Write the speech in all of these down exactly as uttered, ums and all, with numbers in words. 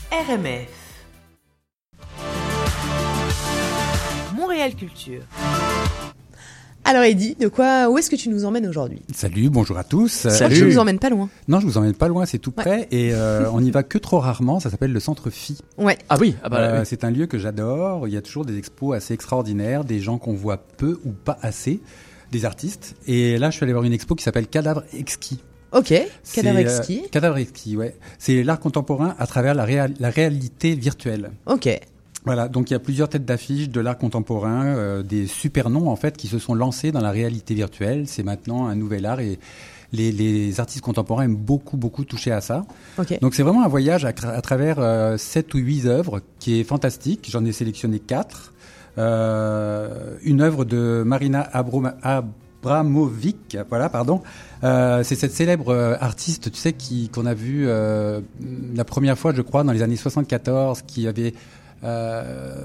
R M F Montréal Culture. Alors Eddy, de quoi, où est-ce que tu nous emmènes aujourd'hui ? Salut, bonjour à tous. Salut. Je ne vous emmène pas loin. Non, je vous emmène pas loin, c'est tout près ouais. et euh, on y va que trop rarement. Ça s'appelle le Centre Phi. Ouais. Ah oui. Ah bah, euh, oui. C'est un lieu que j'adore. Il y a toujours des expos assez extraordinaires, des gens qu'on voit peu ou pas assez, des artistes. Et là, je suis allé voir une expo qui s'appelle Cadavre Exquis. Ok. Cadavre Exquis. Euh, Cadavre Exquis, ouais. C'est l'art contemporain à travers la, réal- la réalité virtuelle. Ok. Voilà, donc il y a plusieurs têtes d'affiche de l'art contemporain, euh, des super noms en fait qui se sont lancés dans la réalité virtuelle. C'est maintenant un nouvel art et les, les artistes contemporains aiment beaucoup beaucoup toucher à ça. Okay. Donc c'est vraiment un voyage à, à travers euh, sept ou huit œuvres qui est fantastique. J'en ai sélectionné quatre. Euh, une œuvre de Marina Abrom- Abramovic, voilà, pardon. Euh, c'est cette célèbre euh, artiste, tu sais, qui qu'on a vu euh, la première fois, je crois, dans les années soixante-quatorze, qui avait Euh,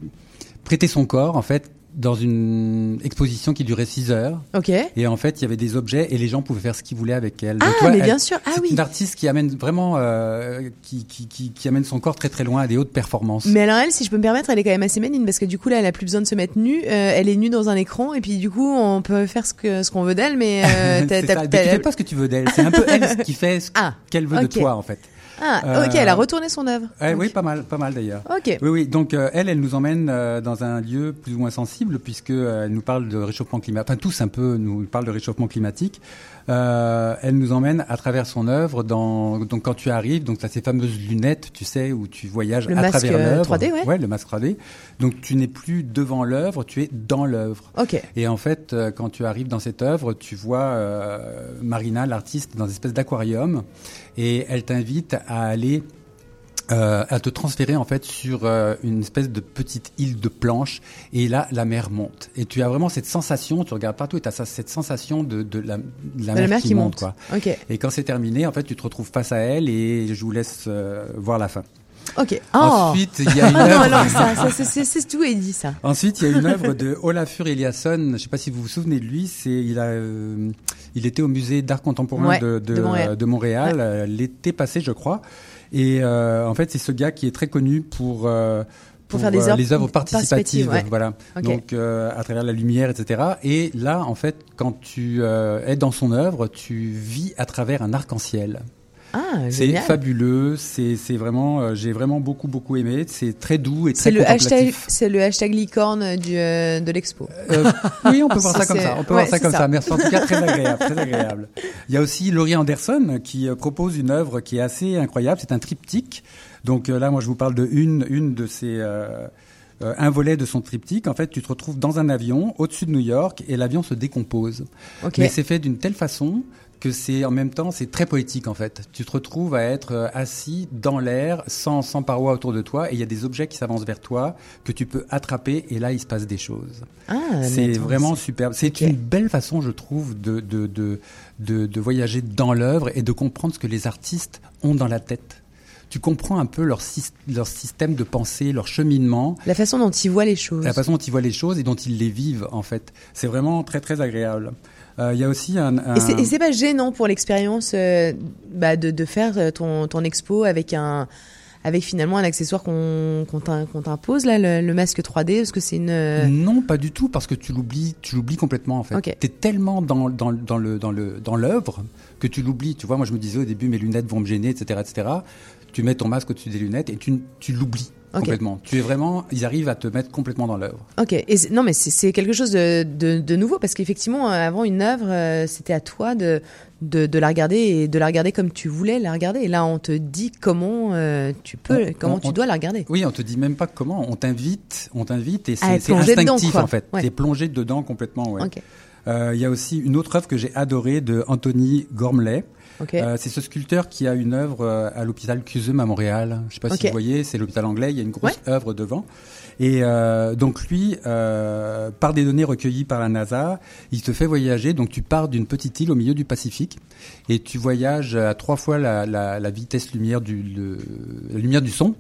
prêter son corps en fait dans une exposition qui durait six heures. Ok. Et en fait, il y avait des objets et les gens pouvaient faire ce qu'ils voulaient avec elle. Ah, Donc, toi, mais elle, bien sûr. Ah c'est oui. une artiste qui amène vraiment, euh, qui, qui, qui, qui amène son corps très très loin à des hautes performances. Mais alors elle, si je peux me permettre, elle est quand même assez maligne parce que du coup là, elle a plus besoin de se mettre nue. Euh, elle est nue dans un écran et puis du coup, on peut faire ce que ce qu'on veut d'elle, mais euh, t'as, t'as, t'as, t'as, mais tu fais pas ce que tu veux d'elle. C'est un peu elle qui fait ce ah, qu'elle veut okay. de toi en fait. Ah, euh, ok, elle a retourné son œuvre. Euh, oui, pas mal, pas mal d'ailleurs. Ok. Oui, oui. Donc euh, elle, elle nous emmène euh, dans un lieu plus ou moins sensible puisque euh, elle nous parle de réchauffement climatique. Enfin, tous un peu nous parlent de réchauffement climatique. Euh, elle nous emmène à travers son œuvre. Dans donc quand tu arrives, donc t'as ces fameuses lunettes, tu sais, où tu voyages le à masque travers l'œuvre. trois D, ouais. Ouais, le masque trois D. Donc tu n'es plus devant l'œuvre, tu es dans l'œuvre. Ok. Et en fait, euh, quand tu arrives dans cette œuvre, tu vois euh, Marina, l'artiste, dans une espèce d'aquarium, et elle t'invite à aller Euh, à te transférer en fait sur euh, une espèce de petite île de planche et là la mer monte et tu as vraiment cette sensation, tu regardes partout et tu as cette sensation de, de, la, de la, mer, la mer qui, qui monte, monte quoi. Okay. Et quand c'est terminé en fait tu te retrouves face à elle et je vous laisse euh, voir la fin. Ok. Oh. Ensuite il y a une œuvre. Non, non, ça, ça c'est, c'est, c'est tout Eddy ça. Ensuite il y a une œuvre de Olafur Eliasson, je sais pas si vous vous souvenez de lui, c'est il a euh, il était au musée d'art contemporain ouais, de, de, de Montréal, de Montréal ouais. euh, l'été passé je crois. Et euh, en fait, c'est ce gars qui est très connu pour euh, pour, pour faire des euh, œuvres les œuvres participatives, participatives ouais. voilà. Okay. Donc euh, à travers la lumière, et cetera. Et là, en fait, quand tu euh, es dans son œuvre, tu vis à travers un arc-en-ciel. Ah, c'est génial. fabuleux, c'est c'est vraiment, euh, j'ai vraiment beaucoup beaucoup aimé. C'est très doux et très c'est le contemplatif. hashtag, c'est le hashtag licorne du euh, de l'expo. Euh, oui, on peut voir ça, ça comme c'est... ça. On peut ouais, voir ça comme ça. ça. Merci en tout cas, très agréable, très agréable. Il y a aussi Laurie Anderson qui euh, propose une œuvre qui est assez incroyable. C'est un triptyque. Donc euh, là, moi, je vous parle de une une de ces euh, euh, un volet de son triptyque. En fait, tu te retrouves dans un avion au-dessus de New York et l'avion se décompose. Okay. Mais c'est fait d'une telle façon que c'est en même temps c'est très poétique en fait. Tu te retrouves à être assis dans l'air sans sans paroi autour de toi et il y a des objets qui s'avancent vers toi que tu peux attraper et là il se passe des choses. Ah, c'est attends, vraiment c'est... superbe. C'est okay. une belle façon je trouve de de de de, de voyager dans l'œuvre et de comprendre ce que les artistes ont dans la tête. Tu comprends un peu leur, leur système de pensée, leur cheminement. La façon dont ils voient les choses. La façon dont ils voient les choses et dont ils les vivent, en fait. C'est vraiment très, très agréable. Il euh, y a aussi un... un... Et, c'est, et c'est pas gênant pour l'expérience euh, bah, de, de faire ton, ton expo avec un... avec finalement un accessoire qu'on, qu'on, qu'on t'impose, là, le, le masque trois D, parce que c'est une... Non, pas du tout, parce que tu l'oublies, tu l'oublies complètement, en fait. Okay. T'es tellement dans, dans, dans, le, dans, le, dans l'œuvre que tu l'oublies. Tu vois, moi, je me disais au début, mes lunettes vont me gêner, et cetera, et cetera. Tu mets ton masque au-dessus des lunettes et tu, tu l'oublies. Okay. Complètement. Tu es vraiment, ils arrivent à te mettre complètement dans l'œuvre. Ok. Et non, mais c'est, c'est quelque chose de, de, de nouveau parce qu'effectivement, avant une œuvre, euh, c'était à toi de, de, de la regarder et de la regarder comme tu voulais la regarder. Et là, on te dit comment euh, tu peux, on, comment on, tu on, dois la regarder. Oui, on te dit même pas comment. On t'invite, on t'invite et c'est, à c'est instinctif dedans, en fait. Ouais. T'es plongé dedans complètement. Ouais. Ok. Il euh, y a aussi une autre œuvre que j'ai adorée de Anthony Gormley. Okay. Euh, c'est ce sculpteur qui a une œuvre euh, à l'hôpital Cusum à Montréal. Je ne sais pas okay. si vous voyez, c'est l'hôpital anglais. Il y a une grosse ouais. œuvre devant. Et euh, donc lui, euh, par des données recueillies par la NASA, il te fait voyager. Donc tu pars d'une petite île au milieu du Pacifique et tu voyages à trois fois la, la, la vitesse lumière du le, la lumière du son.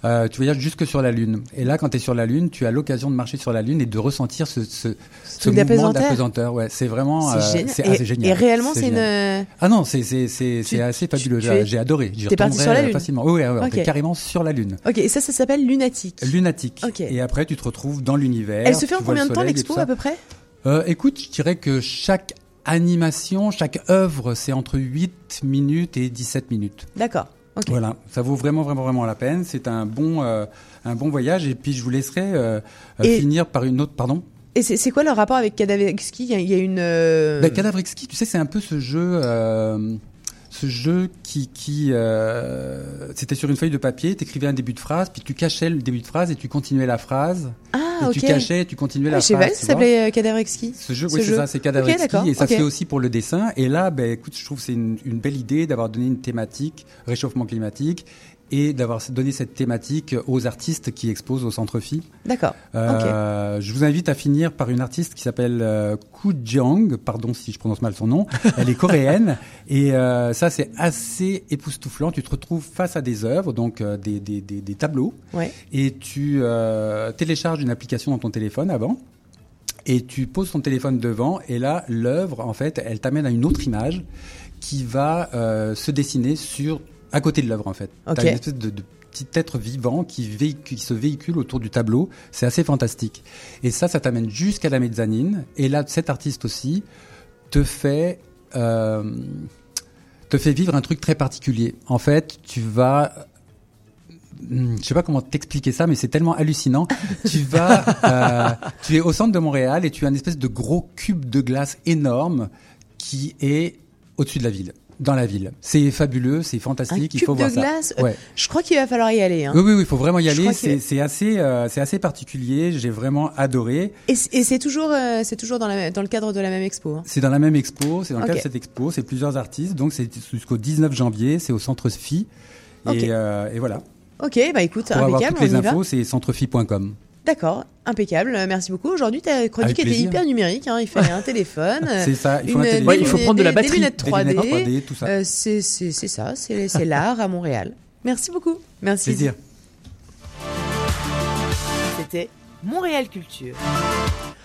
Euh, tu voyages jusque sur la Lune. Et là, quand tu es sur la Lune, tu as l'occasion de marcher sur la Lune et de ressentir ce, ce, ce mouvement d'apesanteur. Ouais, c'est vraiment c'est, euh, génial. c'est et, assez génial. Et réellement, c'est, c'est une... Ah non, c'est, c'est, c'est, tu, c'est assez fabuleux. Tu, j'ai, tu j'ai adoré. J'y T'es parti sur la Lune facilement. Oui, ouais, ouais, okay. on est carrément sur la Lune. Ok, et ça, ça s'appelle Lunatique. Lunatique. Okay. Et après, tu te retrouves dans l'univers. Elle se fait en combien de temps l'expo à peu près? euh, Écoute, je dirais que chaque animation, chaque œuvre, c'est entre huit minutes et dix-sept minutes. D'accord. Okay. Voilà, ça vaut vraiment, vraiment, vraiment la peine. C'est un bon, euh, un bon voyage. Et puis, je vous laisserai euh, et finir par une autre. Pardon. Et c'est, c'est quoi le rapport avec Cadavre Exquis? Il y a, il y a une. Euh... Ben, Cadavre Exquis, tu sais, c'est un peu ce jeu. Euh, Ce jeu qui, qui euh, c'était sur une feuille de papier, tu écrivais un début de phrase, puis tu cachais le début de phrase et tu continuais la phrase. Ah, et ok. tu cachais et tu continuais ah, la phrase. Je sais pas, ça s'appelait Cadavre Exquis. Ce jeu, Ce oui, jeu. c'est ça, c'est Cadavre okay, Exquis. Et ça okay. se fait aussi pour le dessin. Et là, ben, écoute, je trouve que c'est une, une belle idée d'avoir donné une thématique, réchauffement climatique, et d'avoir donné cette thématique aux artistes qui exposent au Centre Phi. D'accord. Euh, okay. Je vous invite à finir par une artiste qui s'appelle euh, Koo Jeong, pardon si je prononce mal son nom. Elle est coréenne et euh, ça c'est assez époustouflant. Tu te retrouves face à des œuvres, donc euh, des, des, des, des tableaux, ouais. et tu euh, télécharges une application dans ton téléphone avant. Et tu poses ton téléphone devant et là l'œuvre en fait elle t'amène à une autre image qui va euh, se dessiner sur à côté de l'œuvre en fait. Okay. T'as une espèce de, de petit être vivant qui, véhicule, qui se véhicule autour du tableau. C'est assez fantastique. Et ça, ça t'amène jusqu'à la mezzanine. Et là, cet artiste aussi te fait, euh, te fait vivre un truc très particulier. En fait, tu vas... Je sais pas comment t'expliquer ça, mais c'est tellement hallucinant. tu vas, euh, tu es au centre de Montréal et tu as une espèce de gros cube de glace énorme qui est au-dessus de la ville. Dans la ville. C'est fabuleux, c'est fantastique, un il faut voir ça. Un cube de glace. Ouais. Je crois qu'il va falloir y aller. Hein. Oui, oui, oui, il faut vraiment y aller. C'est, que... c'est assez, euh, c'est assez particulier. J'ai vraiment adoré. Et c'est, et c'est toujours, euh, c'est toujours dans, la, dans le cadre de la même expo. Hein. C'est dans la même expo. C'est dans le okay. cadre de cette expo. C'est plusieurs artistes. Donc c'est jusqu'au dix-neuf janvier. C'est au Centre Phi. Okay. Et, euh, et voilà. Ok, bah écoute, pour impeccable. Avoir toutes les on y infos, va. c'est centrephi point com. D'accord, impeccable, merci beaucoup. Aujourd'hui, ta chronique était hyper numérique, hein. Il fallait un téléphone. C'est ça, il faut, une, un téléphone. Ouais, il faut prendre des, de la des, batterie. Des lunettes trois D, des lunettes trois D tout ça. Euh, c'est, c'est, c'est ça, c'est, c'est l'art à Montréal. Merci beaucoup. Merci. Plaisir. C'était Montréal Culture.